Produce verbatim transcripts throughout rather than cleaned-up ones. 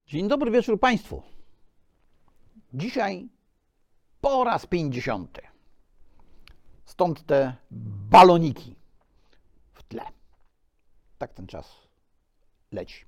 Dzień dobry wieczór Państwu. Dzisiaj po raz pięćdziesiąty. Stąd te baloniki w tle. Tak ten czas leci.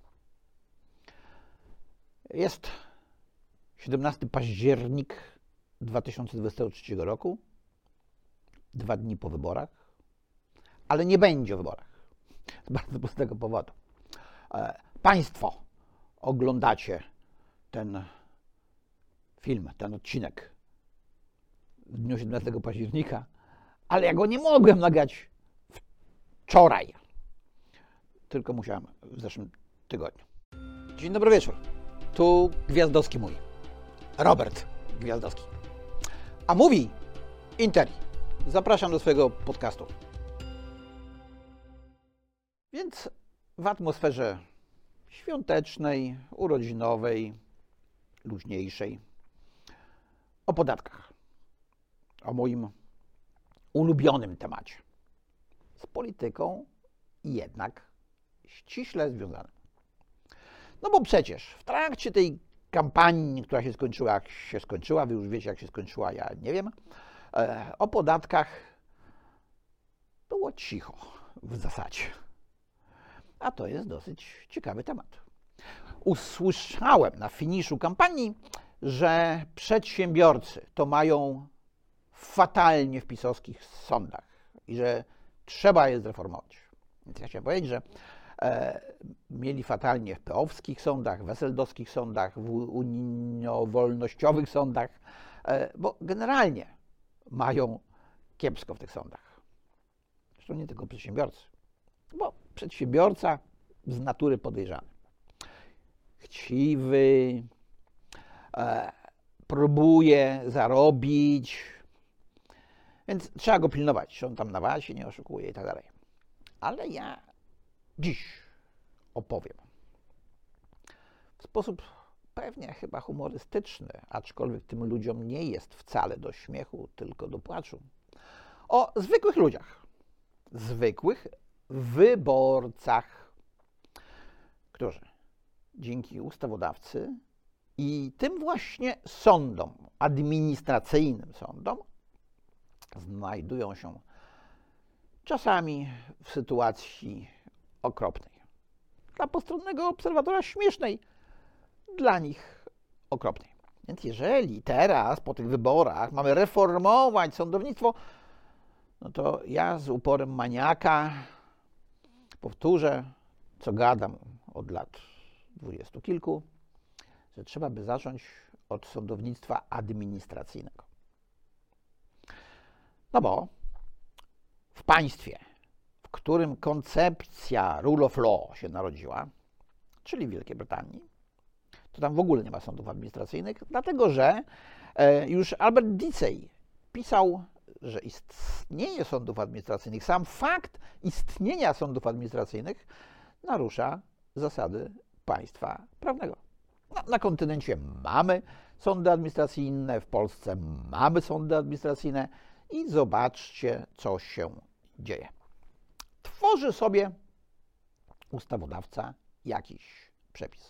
Jest siedemnastego października dwa tysiące dwudziestego trzeciego roku. Dwa dni po wyborach. Ale nie będzie o wyborach. Z bardzo prostego powodu. Państwo oglądacie ten film, ten odcinek w dniu siedemnastego października, ale ja go nie mogłem nagrać wczoraj, tylko musiałem w zeszłym tygodniu. Dzień dobry wieczór. Tu Gwiazdowski mój, Robert Gwiazdowski. A mówi Interi. Zapraszam do swojego podcastu. Więc w atmosferze świątecznej, urodzinowej, luźniejszej, o podatkach, o moim ulubionym temacie, z polityką jednak ściśle związanym. No bo przecież w trakcie tej kampanii, która się skończyła, jak się skończyła, wy już wiecie, jak się skończyła, ja nie wiem, o podatkach było cicho w zasadzie. A to jest dosyć ciekawy temat. Usłyszałem na finiszu kampanii, że przedsiębiorcy to mają fatalnie w pisowskich sądach i że trzeba je zreformować. Więc ja chciałem powiedzieć, że e, mieli fatalnie w peowskich sądach, weseldowskich sądach, w unijno-wolnościowych sądach, e, bo generalnie mają kiepsko w tych sądach. Zresztą nie tylko przedsiębiorcy, bo przedsiębiorca z natury podejrzany, chciwy, e, próbuje zarobić, więc trzeba go pilnować, czy on tam na was się nie oszukuje i tak dalej. Ale ja dziś opowiem w sposób pewnie chyba humorystyczny, aczkolwiek tym ludziom nie jest wcale do śmiechu, tylko do płaczu, o zwykłych ludziach, zwykłych wyborcach, którzy dzięki ustawodawcy i tym właśnie sądom, administracyjnym sądom, znajdują się czasami w sytuacji okropnej. Dla postronnego obserwatora śmiesznej, dla nich okropnej. Więc jeżeli teraz po tych wyborach mamy reformować sądownictwo, no to ja z uporem maniaka powtórzę, co gadam od lat dwudziestu kilku, że trzeba by zacząć od sądownictwa administracyjnego. No bo w państwie, w którym koncepcja rule of law się narodziła, czyli w Wielkiej Brytanii, to tam w ogóle nie ma sądów administracyjnych, dlatego że już Albert Dickey pisał, że istnienie sądów administracyjnych, sam fakt istnienia sądów administracyjnych narusza zasady państwa prawnego. No, na kontynencie mamy sądy administracyjne, w Polsce mamy sądy administracyjne i zobaczcie, co się dzieje. Tworzy sobie ustawodawca jakiś przepis.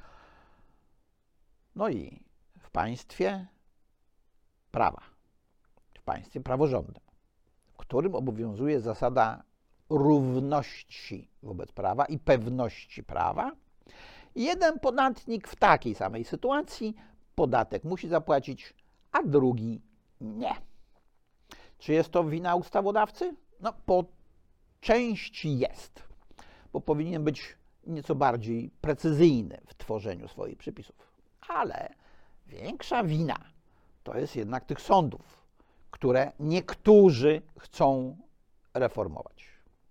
No i w państwie prawa, w państwie praworządnym, w którym obowiązuje zasada równości wobec prawa i pewności prawa, jeden podatnik w takiej samej sytuacji podatek musi zapłacić, a drugi nie. Czy jest to wina ustawodawcy? No po części jest, bo powinien być nieco bardziej precyzyjny w tworzeniu swoich przepisów. Ale większa wina to jest jednak tych sądów, które niektórzy chcą reformować.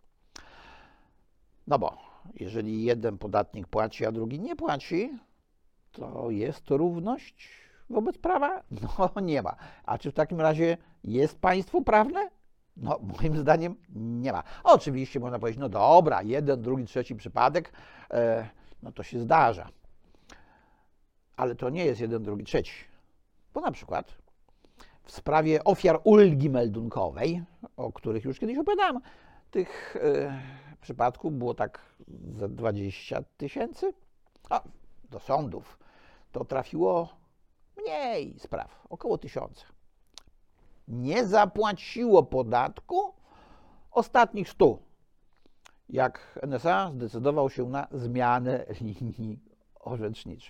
No bo jeżeli jeden podatnik płaci, a drugi nie płaci, to jest równość wobec prawa? No nie ma. A czy w takim razie jest państwo prawne? No moim zdaniem nie ma. Oczywiście można powiedzieć, no dobra, jeden, drugi, trzeci przypadek, e, no to się zdarza. Ale to nie jest jeden, drugi, trzeci. Bo na przykład w sprawie ofiar ulgi meldunkowej, o których już kiedyś opowiadałem, tych e, przypadków było tak za dwadzieścia tysięcy. A do sądów, to trafiło mniej spraw, około tysiąca. Nie zapłaciło podatku ostatnich stu, jak N S A zdecydował się na zmianę linii orzeczniczej.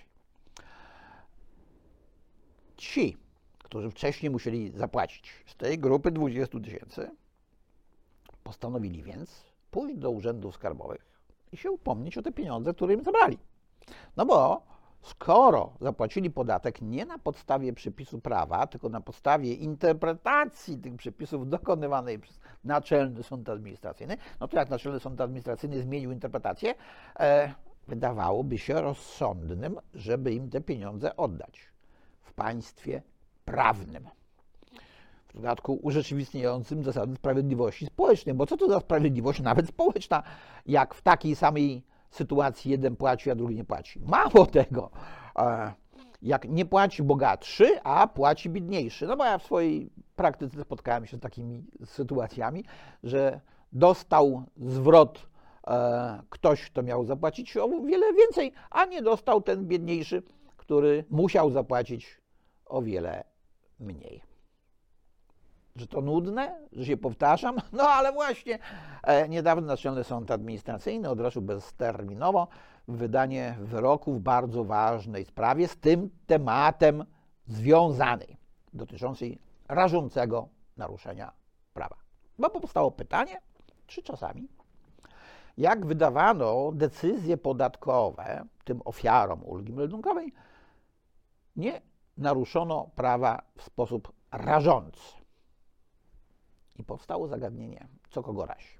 Ci, którzy wcześniej musieli zapłacić z tej grupy dwudziestu tysięcy, postanowili więc pójść do urzędów skarbowych i się upomnieć o te pieniądze, które im zabrali. No bo skoro zapłacili podatek nie na podstawie przepisu prawa, tylko na podstawie interpretacji tych przepisów dokonywanej przez Naczelny Sąd Administracyjny, no to jak Naczelny Sąd Administracyjny zmienił interpretację, e, wydawałoby się rozsądnym, żeby im te pieniądze oddać w państwie prawnym. W dodatku urzeczywistniającym zasady sprawiedliwości społecznej, bo co to za sprawiedliwość nawet społeczna, jak w takiej samej sytuacji jeden płaci, a drugi nie płaci. Mało tego, jak nie płaci bogatszy, a płaci biedniejszy. No bo ja w swojej praktyce spotkałem się z takimi sytuacjami, że dostał zwrot ktoś, kto miał zapłacić o wiele więcej, a nie dostał ten biedniejszy, który musiał zapłacić o wiele mniej. Że to nudne, że się powtarzam? No ale właśnie e, niedawno Naczelny Sąd Administracyjny odruszył bezterminowo wydanie wyroku w bardzo ważnej sprawie z tym tematem związanej, dotyczącej rażącego naruszenia prawa. Bo powstało pytanie, czy czasami, jak wydawano decyzje podatkowe tym ofiarom ulgi meldunkowej, nie naruszono prawa w sposób rażący. I powstało zagadnienie, co kogo razi.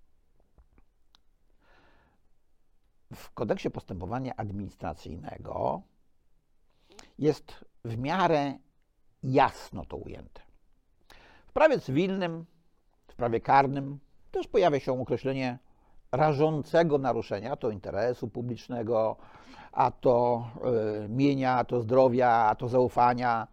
W kodeksie postępowania administracyjnego jest w miarę jasno to ujęte. W prawie cywilnym, w prawie karnym też pojawia się określenie rażącego naruszenia, a to interesu publicznego, a to y, mienia, a to zdrowia, a to zaufania.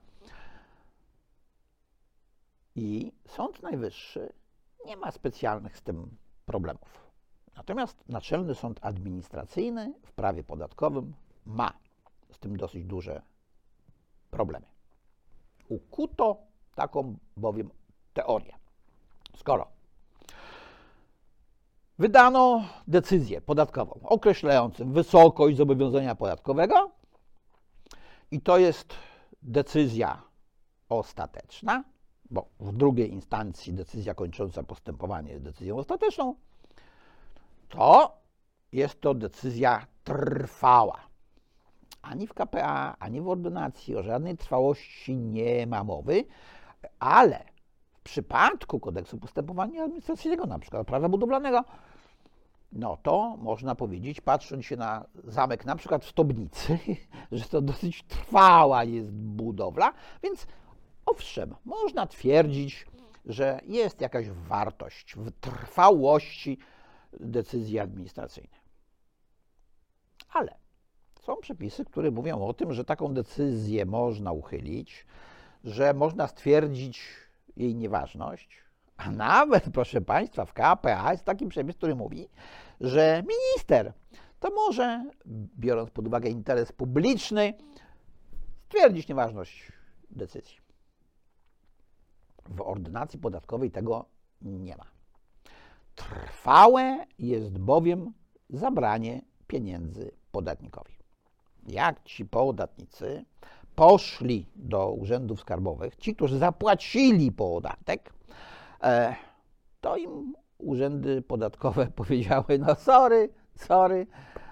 I Sąd Najwyższy nie ma specjalnych z tym problemów. Natomiast Naczelny Sąd Administracyjny w prawie podatkowym ma z tym dosyć duże problemy. Ukuto taką bowiem teorię. Skoro wydano decyzję podatkową określającą wysokość zobowiązania podatkowego i to jest decyzja ostateczna, bo w drugiej instancji decyzja kończąca postępowanie jest decyzją ostateczną, to jest to decyzja trwała. Ani w K P A, ani w ordynacji o żadnej trwałości nie ma mowy, ale w przypadku kodeksu postępowania administracyjnego, na przykład prawa budowlanego, no to można powiedzieć, patrząc się na zamek na przykład w Stobnicy, że to dosyć trwała jest budowla, więc owszem, można twierdzić, że jest jakaś wartość w trwałości decyzji administracyjnej. Ale są przepisy, które mówią o tym, że taką decyzję można uchylić, że można stwierdzić jej nieważność, a nawet, proszę Państwa, w K P A jest taki przepis, który mówi, że minister to może, biorąc pod uwagę interes publiczny, stwierdzić nieważność decyzji. W ordynacji podatkowej tego nie ma. Trwałe jest bowiem zabranie pieniędzy podatnikowi. Jak ci podatnicy poszli do urzędów skarbowych, ci, którzy zapłacili podatek, to im urzędy podatkowe powiedziały, no sorry, sorry,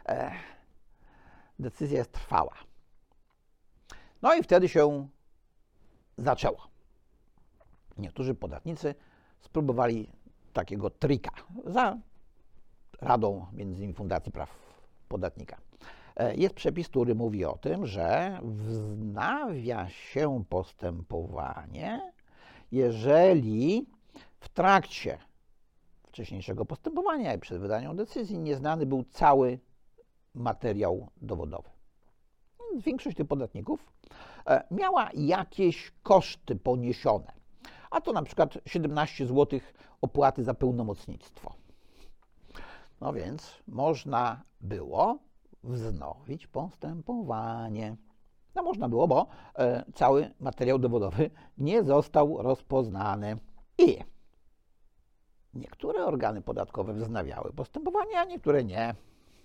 decyzja jest trwała. No i wtedy się zaczęło. Niektórzy podatnicy spróbowali takiego trika za radą między innymi Fundacji Praw Podatnika. Jest przepis, który mówi o tym, że wznawia się postępowanie, jeżeli w trakcie wcześniejszego postępowania i przed wydaniem decyzji nieznany był cały materiał dowodowy. Większość tych podatników miała jakieś koszty poniesione, a to na przykład siedemnaście złotych opłaty za pełnomocnictwo. No więc można było wznowić postępowanie. No można było, bo e, cały materiał dowodowy nie został rozpoznany. I niektóre organy podatkowe wznawiały postępowanie, a niektóre nie.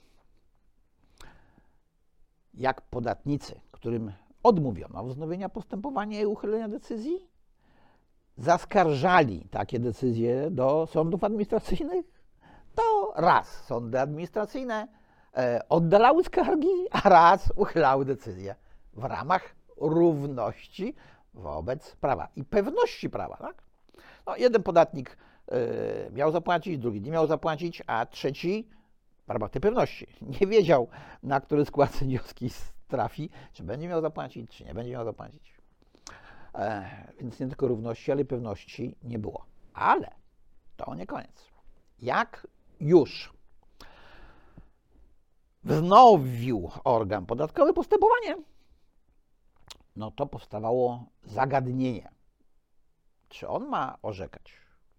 Jak podatnicy, którym odmówiono wznowienia postępowania i uchylenia decyzji, zaskarżali takie decyzje do sądów administracyjnych, to raz sądy administracyjne e, oddalały skargi, a raz uchylały decyzje w ramach równości wobec prawa i pewności prawa. Tak? No, jeden podatnik e, miał zapłacić, drugi nie miał zapłacić, a trzeci w ramach tej pewności nie wiedział, na który skład sędziowski trafi, czy będzie miał zapłacić, czy nie będzie miał zapłacić. E, więc nie tylko równości, ale i pewności nie było. Ale to nie koniec. Jak już wznowił organ podatkowy postępowanie, no to powstawało zagadnienie, czy on ma orzekać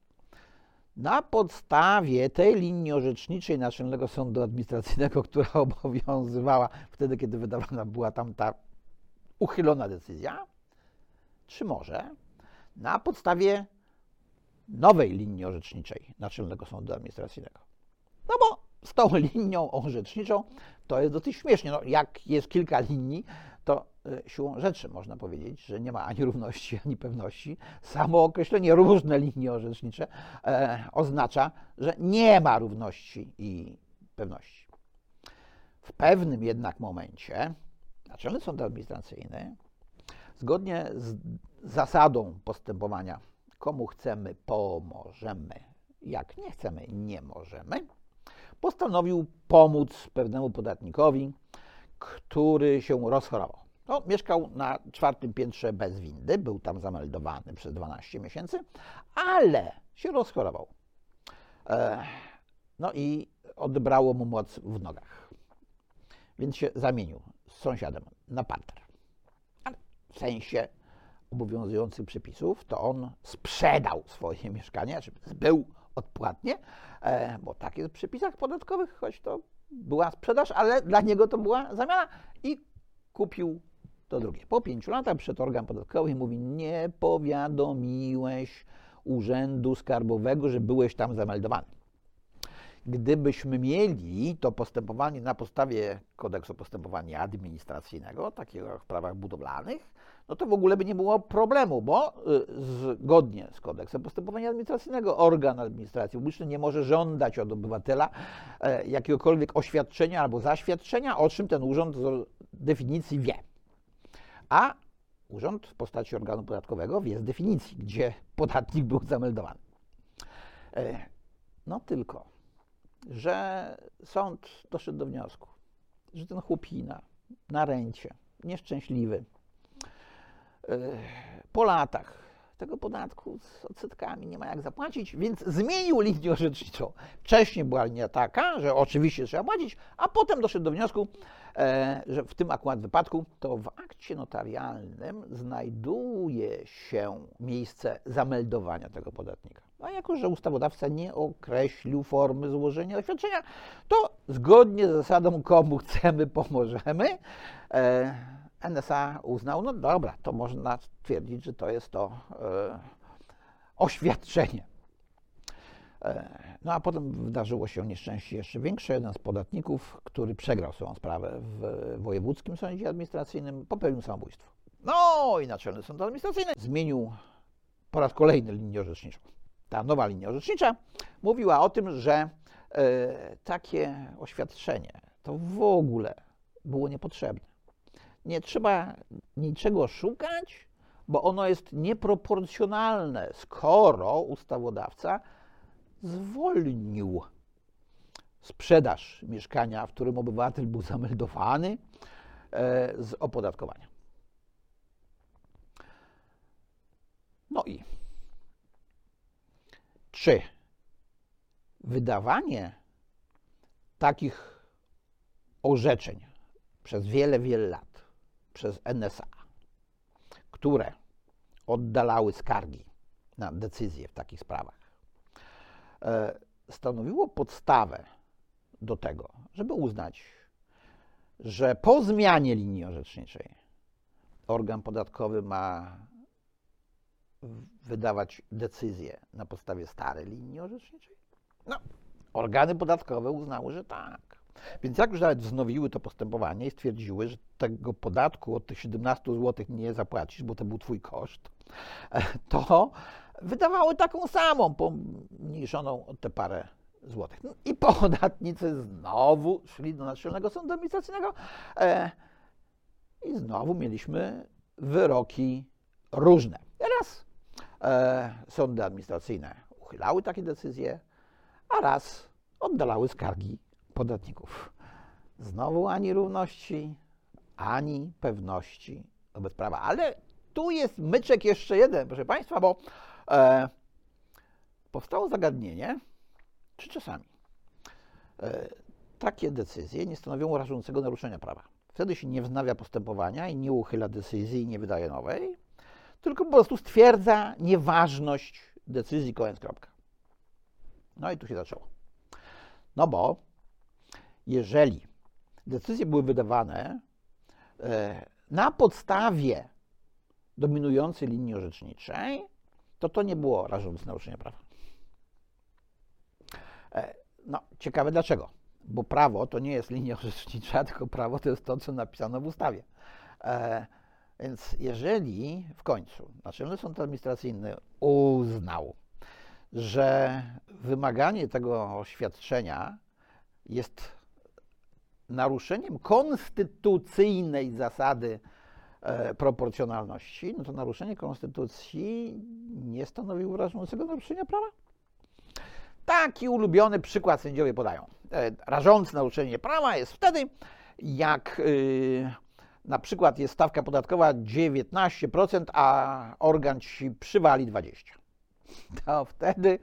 na podstawie tej linii orzeczniczej Naczelnego Sądu Administracyjnego, która obowiązywała wtedy, kiedy wydawana była tam ta uchylona decyzja, czy może na podstawie nowej linii orzeczniczej Naczelnego Sądu Administracyjnego. No bo z tą linią orzeczniczą to jest dosyć śmiesznie. No, jak jest kilka linii, to y, siłą rzeczy można powiedzieć, że nie ma ani równości, ani pewności. Samo określenie różne linie orzecznicze e, oznacza, że nie ma równości i pewności. W pewnym jednak momencie Naczelny Sąd Administracyjny, zgodnie z zasadą postępowania komu chcemy, pomożemy, jak nie chcemy, nie możemy, postanowił pomóc pewnemu podatnikowi, który się rozchorował. No, mieszkał na czwartym piętrze bez windy, był tam zameldowany przez dwanaście miesięcy, ale się rozchorował. E, no i odebrało mu moc w nogach. Więc się zamienił z sąsiadem na parter. Ale w sensie obowiązujących przepisów to on sprzedał swoje mieszkanie, znaczy zbył odpłatnie, e, bo tak jest w przepisach podatkowych, choć to była sprzedaż, ale dla niego to była zamiana i kupił to drugie. Po pięciu latach przyszedł organ podatkowy i mówi: nie powiadomiłeś Urzędu Skarbowego, że byłeś tam zameldowany. Gdybyśmy mieli to postępowanie na podstawie Kodeksu Postępowania Administracyjnego, takiego w prawach budowlanych, no to w ogóle by nie było problemu, bo zgodnie z Kodeksem Postępowania Administracyjnego organ administracji publicznej nie może żądać od obywatela jakiegokolwiek oświadczenia albo zaświadczenia, o czym ten urząd z definicji wie. A urząd w postaci organu podatkowego wie z definicji, gdzie podatnik był zameldowany. No tylko, że sąd doszedł do wniosku, że ten chłopina na rencie, nieszczęśliwy, po latach tego podatku z odsetkami nie ma jak zapłacić, więc zmienił linię orzeczniczą. Wcześniej była linia taka, że oczywiście trzeba płacić, a potem doszedł do wniosku, że w tym akurat wypadku to w akcie notarialnym znajduje się miejsce zameldowania tego podatnika. A jako że ustawodawca nie określił formy złożenia oświadczenia, to zgodnie z zasadą komu chcemy, pomożemy, N S A uznał, no dobra, to można twierdzić, że to jest to e, oświadczenie. E, no a potem wydarzyło się nieszczęście jeszcze większe. Jeden z podatników, który przegrał swoją sprawę w wojewódzkim sądzie administracyjnym, popełnił samobójstwo. No i Naczelny Sąd Administracyjny zmienił po raz kolejny linię orzeczniczą. Ta nowa linia orzecznicza mówiła o tym, że e, takie oświadczenie to w ogóle było niepotrzebne. Nie trzeba niczego szukać, bo ono jest nieproporcjonalne, skoro ustawodawca zwolnił sprzedaż mieszkania, w którym obywatel był zameldowany, z opodatkowania. No i czy wydawanie takich orzeczeń przez wiele, wiele lat przez N S A, które oddalały skargi na decyzje w takich sprawach, stanowiło podstawę do tego, żeby uznać, że po zmianie linii orzeczniczej organ podatkowy ma wydawać decyzję na podstawie starej linii orzeczniczej? No, organy podatkowe uznały, że tak. Więc jak już nawet wznowiły to postępowanie i stwierdziły, że tego podatku od tych siedemnastu złotych nie zapłacisz, bo to był twój koszt, to wydawały taką samą, pomniejszoną o te parę złotych. No i podatnicy znowu szli do Naczelnego Sądu Administracyjnego e, i znowu mieliśmy wyroki różne. Raz e, sądy administracyjne uchylały takie decyzje, a raz oddalały skargi podatników. Znowu ani równości, ani pewności wobec prawa. Ale tu jest myczek jeszcze jeden, proszę Państwa, bo e, powstało zagadnienie, czy czasami e, takie decyzje nie stanowią rażącego naruszenia prawa. Wtedy się nie wznawia postępowania i nie uchyla decyzji i nie wydaje nowej, tylko po prostu stwierdza nieważność decyzji, koniec, kropka. No i tu się zaczęło. No bo jeżeli decyzje były wydawane e, na podstawie dominującej linii orzeczniczej, to to nie było rażące naruszenie prawa. E, no, ciekawe dlaczego. Bo prawo to nie jest linia orzecznicza, tylko prawo to jest to, co napisano w ustawie. E, więc jeżeli w końcu Naczelny Sąd Administracyjny uznał, że wymaganie tego oświadczenia jest naruszeniem konstytucyjnej zasady e, proporcjonalności, no to naruszenie konstytucji nie stanowiło rażącego naruszenia prawa. Taki ulubiony przykład sędziowie podają. E, rażące naruszenie prawa jest wtedy, jak y, na przykład jest stawka podatkowa dziewiętnaście procent, a organ ci przywali dwadzieścia procent. To wtedy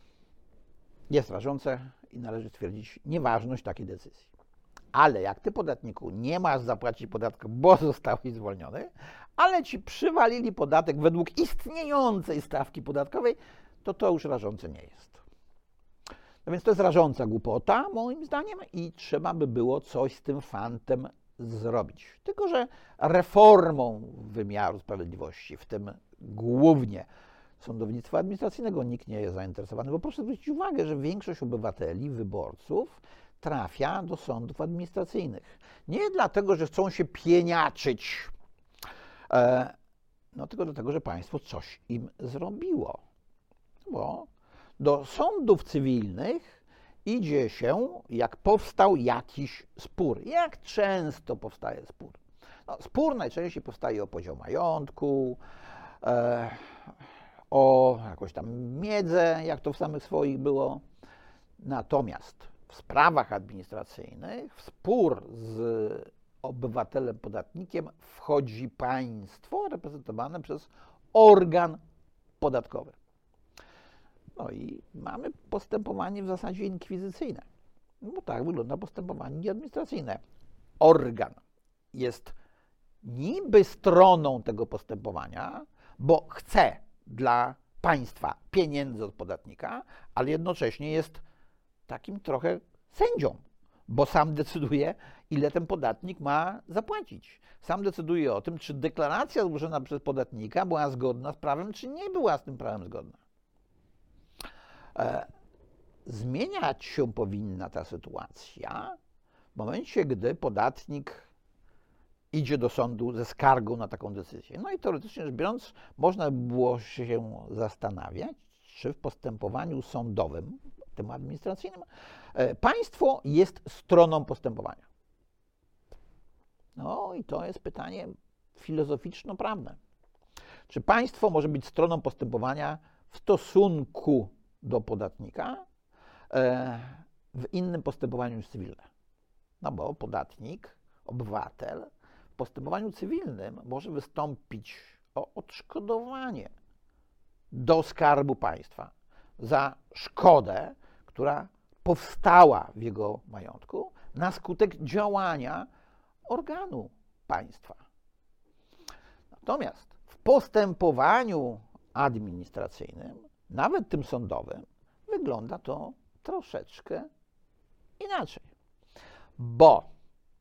jest rażące i należy stwierdzić nieważność takiej decyzji. Ale jak ty, podatniku, nie masz zapłacić podatku, bo zostałeś zwolniony, ale ci przywalili podatek według istniejącej stawki podatkowej, to to już rażące nie jest. No więc to jest rażąca głupota, moim zdaniem, i trzeba by było coś z tym fantem zrobić. Tylko że reformą wymiaru sprawiedliwości, w tym głównie sądownictwa administracyjnego, nikt nie jest zainteresowany, bo proszę zwrócić uwagę, że większość obywateli, wyborców trafia do sądów administracyjnych. Nie dlatego, że chcą się pieniaczyć, e, no tylko dlatego, że państwo coś im zrobiło. Bo do sądów cywilnych idzie się, jak powstał jakiś spór. Jak często powstaje spór? No, spór najczęściej powstaje o podział majątku, e, o jakąś tam miedzę, jak to w samych swoich było. Natomiast w sprawach administracyjnych w spór z obywatelem, podatnikiem wchodzi państwo reprezentowane przez organ podatkowy. No i mamy postępowanie w zasadzie inkwizycyjne. No bo tak wygląda postępowanie administracyjne. Organ jest niby stroną tego postępowania, bo chce dla państwa pieniędzy od podatnika, ale jednocześnie jest takim trochę sędzią, bo sam decyduje, ile ten podatnik ma zapłacić. Sam decyduje o tym, czy deklaracja złożona przez podatnika była zgodna z prawem, czy nie była z tym prawem zgodna. E, zmieniać się powinna ta sytuacja w momencie, gdy podatnik idzie do sądu ze skargą na taką decyzję. No i teoretycznie rzecz biorąc, można by było się zastanawiać, czy w postępowaniu sądowym, tym administracyjnym, państwo jest stroną postępowania. No i to jest pytanie filozoficzno-prawne. Czy państwo może być stroną postępowania w stosunku do podatnika w innym postępowaniu niż cywilne? No bo podatnik, obywatel w postępowaniu cywilnym może wystąpić o odszkodowanie do Skarbu Państwa za szkodę, która powstała w jego majątku na skutek działania organu państwa. Natomiast w postępowaniu administracyjnym, nawet tym sądowym, wygląda to troszeczkę inaczej. Bo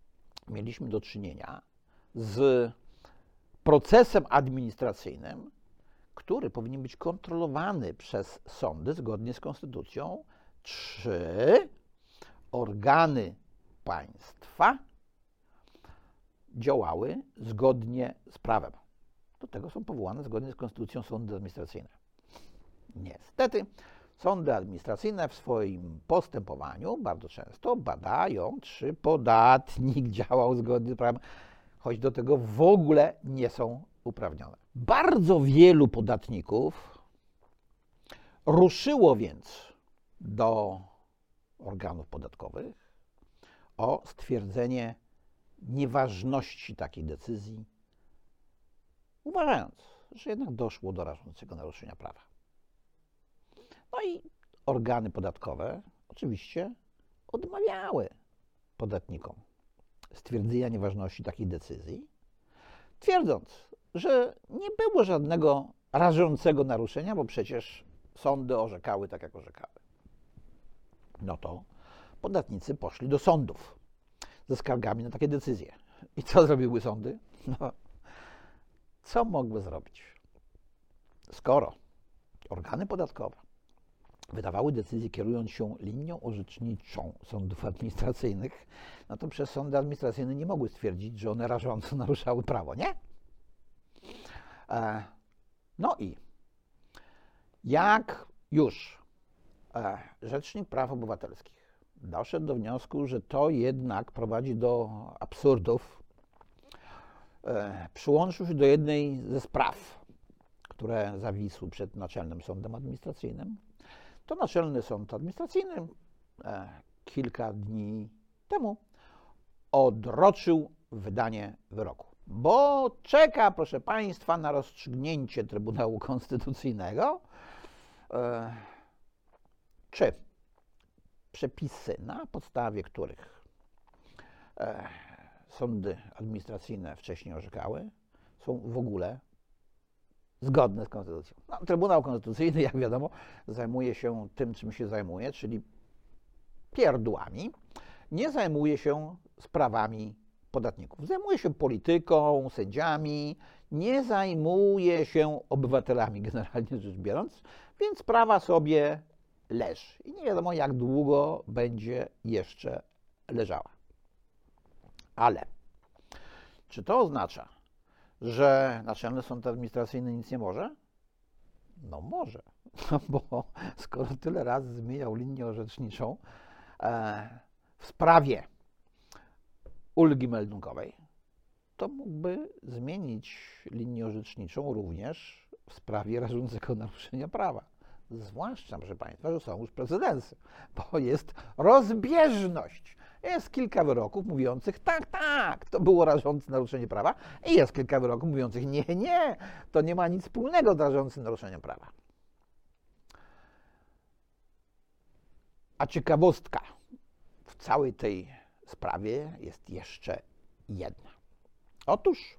mieliśmy do czynienia z procesem administracyjnym, który powinien być kontrolowany przez sądy zgodnie z konstytucją, czy organy państwa działały zgodnie z prawem. Do tego są powołane zgodnie z konstytucją sądy administracyjne. Niestety sądy administracyjne w swoim postępowaniu bardzo często badają, czy podatnik działał zgodnie z prawem, choć do tego w ogóle nie są uprawnione. Bardzo wielu podatników ruszyło więc do organów podatkowych o stwierdzenie nieważności takiej decyzji, uważając, że jednak doszło do rażącego naruszenia prawa. No i organy podatkowe oczywiście odmawiały podatnikom stwierdzenia nieważności takiej decyzji, twierdząc, że nie było żadnego rażącego naruszenia, bo przecież sądy orzekały tak, jak orzekały. No to podatnicy poszli do sądów ze skargami na takie decyzje. I co zrobiły sądy? No, co mogły zrobić? Skoro organy podatkowe wydawały decyzje kierując się linią orzeczniczą sądów administracyjnych, no to przez sądy administracyjne nie mogły stwierdzić, że one rażąco naruszały prawo, nie? E, no i jak już e, Rzecznik Praw Obywatelskich doszedł do wniosku, że to jednak prowadzi do absurdów, e, przyłączył się do jednej ze spraw, które zawisły przed Naczelnym Sądem Administracyjnym, to Naczelny Sąd Administracyjny e, kilka dni temu odroczył wydanie wyroku, bo czeka, proszę Państwa, na rozstrzygnięcie Trybunału Konstytucyjnego, e, czy przepisy, na podstawie których e, sądy administracyjne wcześniej orzekały, są w ogóle zgodne z konstytucją. No, Trybunał Konstytucyjny, jak wiadomo, zajmuje się tym, czym się zajmuje, czyli pierdółami. Nie zajmuje się sprawami podatników. Zajmuje się polityką, sędziami, nie zajmuje się obywatelami, generalnie rzecz biorąc, więc sprawa sobie leży. I nie wiadomo, jak długo będzie jeszcze leżała. Ale czy to oznacza, że Naczelny Sąd Administracyjny nic nie może? No może, no bo skoro tyle razy zmieniał linię orzeczniczą e, w sprawie ulgi meldunkowej, to mógłby zmienić linię orzeczniczą również w sprawie rażącego naruszenia prawa. Zwłaszcza, proszę Państwa, że są już precedensy, bo jest rozbieżność. Jest kilka wyroków mówiących, tak, tak, to było rażące naruszenie prawa, i jest kilka wyroków mówiących, nie, nie, to nie ma nic wspólnego z rażącym naruszeniem prawa. A ciekawostka w całej tej sprawie jest jeszcze jedna. Otóż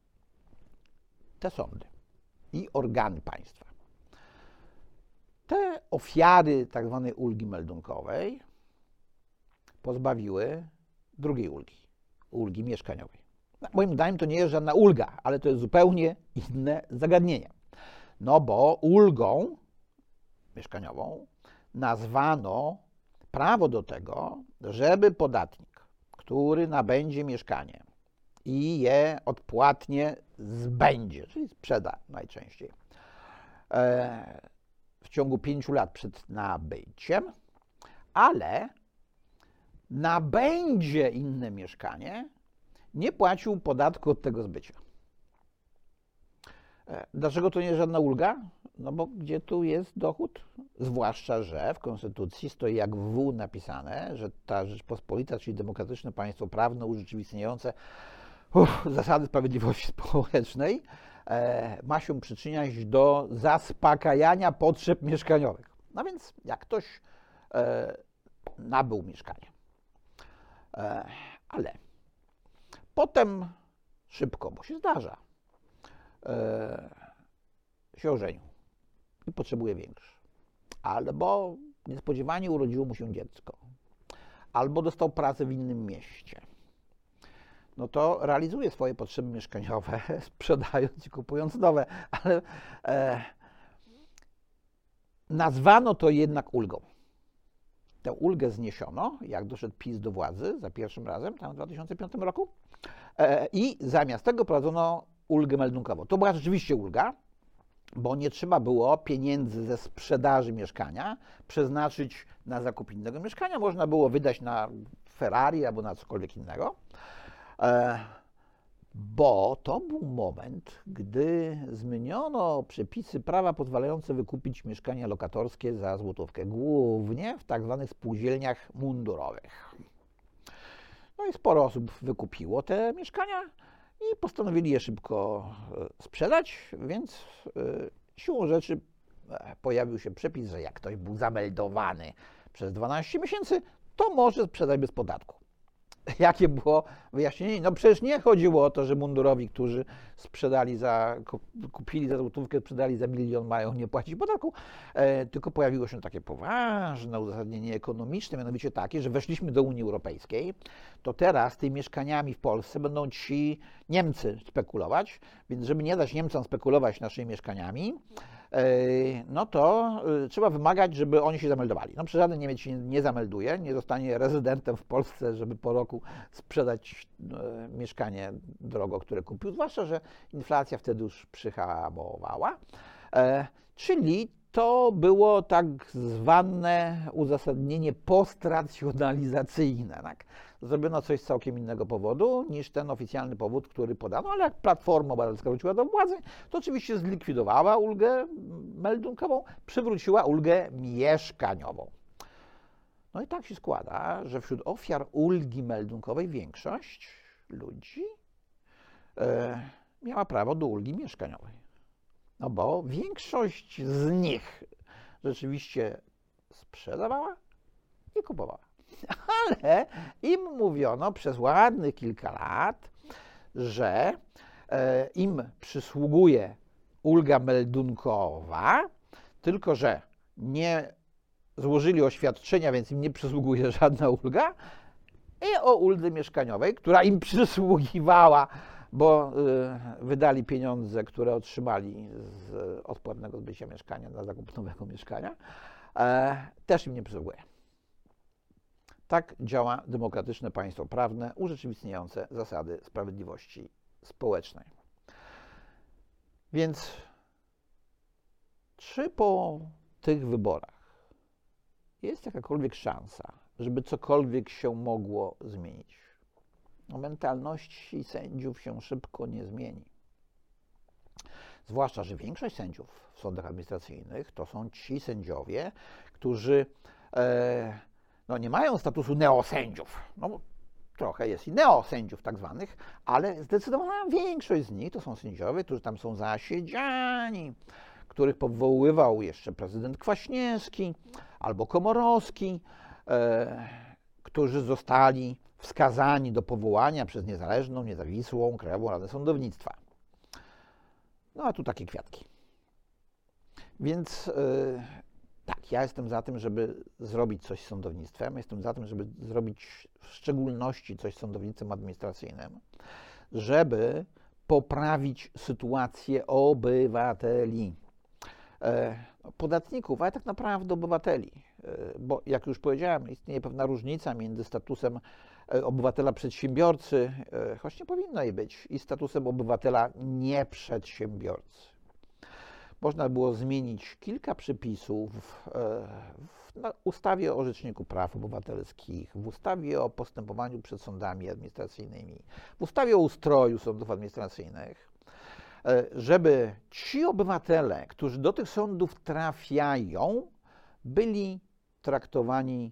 te sądy i organy państwa, te ofiary tak zwanej ulgi meldunkowej pozbawiły drugiej ulgi, ulgi mieszkaniowej. Moim zdaniem to nie jest żadna ulga, ale to jest zupełnie inne zagadnienie. No bo ulgą mieszkaniową nazwano prawo do tego, żeby podatnik, który nabędzie mieszkanie i je odpłatnie zbędzie, czyli sprzeda najczęściej, w ciągu pięciu lat przed nabyciem, ale nabędzie inne mieszkanie, nie płacił podatku od tego zbycia. Dlaczego to nie jest żadna ulga? No bo gdzie tu jest dochód? Zwłaszcza, że w Konstytucji stoi jak w W napisane, że ta Rzeczpospolita, czyli demokratyczne państwo prawne urzeczywistniające uff, zasady sprawiedliwości społecznej, e, ma się przyczyniać do zaspokajania potrzeb mieszkaniowych. No więc jak ktoś e, nabył mieszkanie, e, ale potem szybko, bo się zdarza, e, się ożenił i potrzebuje większy. Albo niespodziewanie urodziło mu się dziecko. Albo dostał pracę w innym mieście. no to realizuje swoje potrzeby mieszkaniowe, sprzedając i kupując nowe, ale e, nazwano to jednak ulgą. Tę ulgę zniesiono, jak doszedł PiS do władzy za pierwszym razem, tam w dwa tysiące piątym roku, e, i zamiast tego prowadzono ulgę meldunkową. To była rzeczywiście ulga, bo nie trzeba było pieniędzy ze sprzedaży mieszkania przeznaczyć na zakup innego mieszkania. Można było wydać na Ferrari albo na cokolwiek innego, bo to był moment, gdy zmieniono przepisy prawa pozwalające wykupić mieszkania lokatorskie za złotówkę, głównie w tak zwanych spółdzielniach mundurowych. No i sporo osób wykupiło te mieszkania i postanowili je szybko sprzedać, więc siłą rzeczy pojawił się przepis, że jak ktoś był zameldowany przez dwanaście miesięcy, to może sprzedać bez podatku. Jakie było wyjaśnienie? No przecież nie chodziło o to, że mundurowi, którzy sprzedali za, kupili za złotówkę, sprzedali za milion, mają nie płacić podatku, e, tylko pojawiło się takie poważne uzasadnienie ekonomiczne, mianowicie takie, że weszliśmy do Unii Europejskiej, to teraz tymi mieszkaniami w Polsce będą ci Niemcy spekulować, więc żeby nie dać Niemcom spekulować naszymi mieszkaniami, no to trzeba wymagać, żeby oni się zameldowali. No przecież żaden Niemiec się nie zamelduje, nie zostanie rezydentem w Polsce, żeby po roku sprzedać mieszkanie drogo, które kupił, zwłaszcza że inflacja wtedy już przyhamowała. Czyli to było tak zwane uzasadnienie postracjonalizacyjne. Tak? Zrobiono coś z całkiem innego powodu niż ten oficjalny powód, który podano, ale jak Platforma Obywatelska wróciła do władzy, to oczywiście zlikwidowała ulgę meldunkową, przywróciła ulgę mieszkaniową. No i tak się składa, że wśród ofiar ulgi meldunkowej większość ludzi e, miała prawo do ulgi mieszkaniowej. No bo większość z nich rzeczywiście sprzedawała i kupowała. Ale im mówiono przez ładnych kilka lat, że e, im przysługuje ulga meldunkowa, tylko że nie złożyli oświadczenia, więc im nie przysługuje żadna ulga, i o uldze mieszkaniowej, która im przysługiwała, bo y, wydali pieniądze, które otrzymali z odpłatnego zbycia mieszkania na zakup nowego mieszkania, e, też im nie przysługuje. Tak działa demokratyczne państwo prawne urzeczywistniające zasady sprawiedliwości społecznej. Więc czy po tych wyborach jest jakakolwiek szansa, żeby cokolwiek się mogło zmienić? No, mentalności sędziów się szybko nie zmieni. Zwłaszcza, że większość sędziów w sądach administracyjnych to są ci sędziowie, którzy e, no, nie mają statusu neosędziów. No, trochę jest i neosędziów tak zwanych, ale zdecydowana większość z nich to są sędziowie, którzy tam są zasiedziani, których powoływał jeszcze prezydent Kwaśniewski albo Komorowski, e, którzy zostali wskazani do powołania przez niezależną, niezawisłą Krajową Radę Sądownictwa. No a tu takie kwiatki. Więc yy, tak, ja jestem za tym, żeby zrobić coś z sądownictwem. Jestem za tym, żeby zrobić w szczególności coś z sądownictwem administracyjnym, żeby poprawić sytuację obywateli, yy, podatników, ale tak naprawdę obywateli. Yy, bo jak już powiedziałem, istnieje pewna różnica między statusem obywatela przedsiębiorcy, choć nie powinno jej być, i statusem obywatela nieprzedsiębiorcy. Można było zmienić kilka przepisów w ustawie o Rzeczniku Praw Obywatelskich, w ustawie o postępowaniu przed sądami administracyjnymi, w ustawie o ustroju sądów administracyjnych, żeby ci obywatele, którzy do tych sądów trafiają, byli traktowani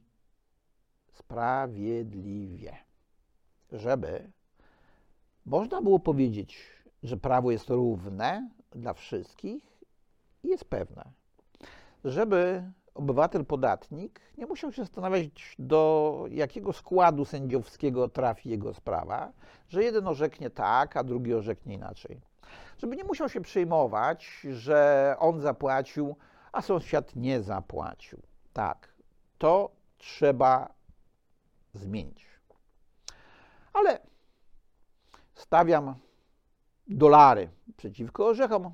sprawiedliwie, żeby można było powiedzieć, że prawo jest równe dla wszystkich i jest pewne, żeby obywatel podatnik nie musiał się zastanawiać, do jakiego składu sędziowskiego trafi jego sprawa, że jeden orzeknie tak, a drugi orzeknie inaczej. Żeby nie musiał się przejmować, że on zapłacił, a sąsiad nie zapłacił. Tak, to trzeba zmienić. Ale stawiam dolary przeciwko orzechom,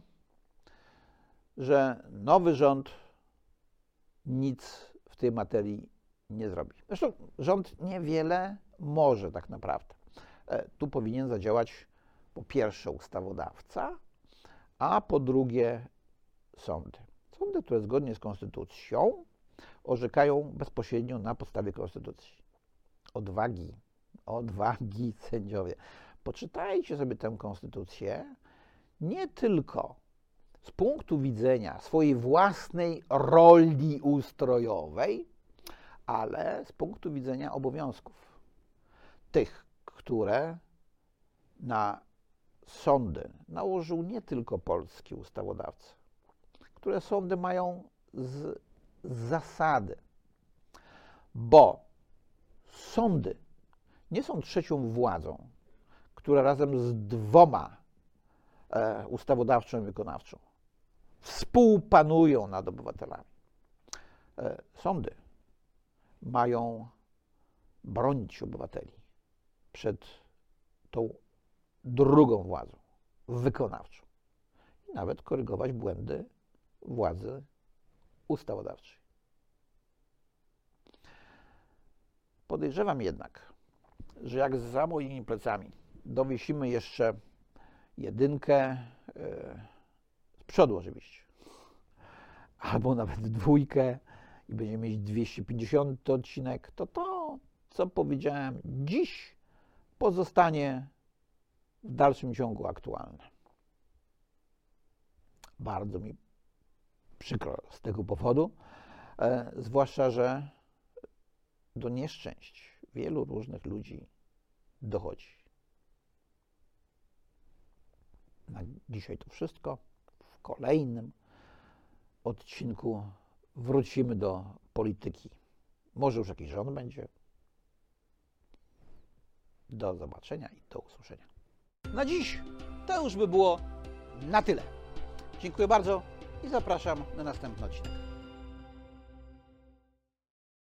że nowy rząd nic w tej materii nie zrobi. Zresztą rząd niewiele może tak naprawdę. Tu powinien zadziałać po pierwsze ustawodawca, a po drugie sądy. Sądy, które zgodnie z konstytucją orzekają bezpośrednio na podstawie konstytucji. Odwagi, odwagi sędziowie. Poczytajcie sobie tę konstytucję nie tylko z punktu widzenia swojej własnej roli ustrojowej, ale z punktu widzenia obowiązków. Tych, które na sądy nałożył nie tylko polski ustawodawca, które sądy mają z zasady, bo sądy nie są trzecią władzą, która razem z dwoma e, ustawodawczą i wykonawczą współpanują nad obywatelami. E, sądy mają bronić obywateli przed tą drugą władzą, wykonawczą. I nawet korygować błędy władzy ustawodawczej. Podejrzewam jednak, że jak za moimi plecami dowiesimy jeszcze jedynkę, yy, z przodu oczywiście, albo nawet dwójkę i będziemy mieć dwieście pięćdziesiąty odcinek, to to, co powiedziałem dziś, pozostanie w dalszym ciągu aktualne. Bardzo mi przykro z tego powodu, e, zwłaszcza, że do nieszczęść wielu różnych ludzi dochodzi. Na dzisiaj to wszystko. W kolejnym odcinku wrócimy do polityki. Może już jakiś rząd będzie. Do zobaczenia i do usłyszenia. Na dziś to już by było na tyle. Dziękuję bardzo i zapraszam na następny odcinek.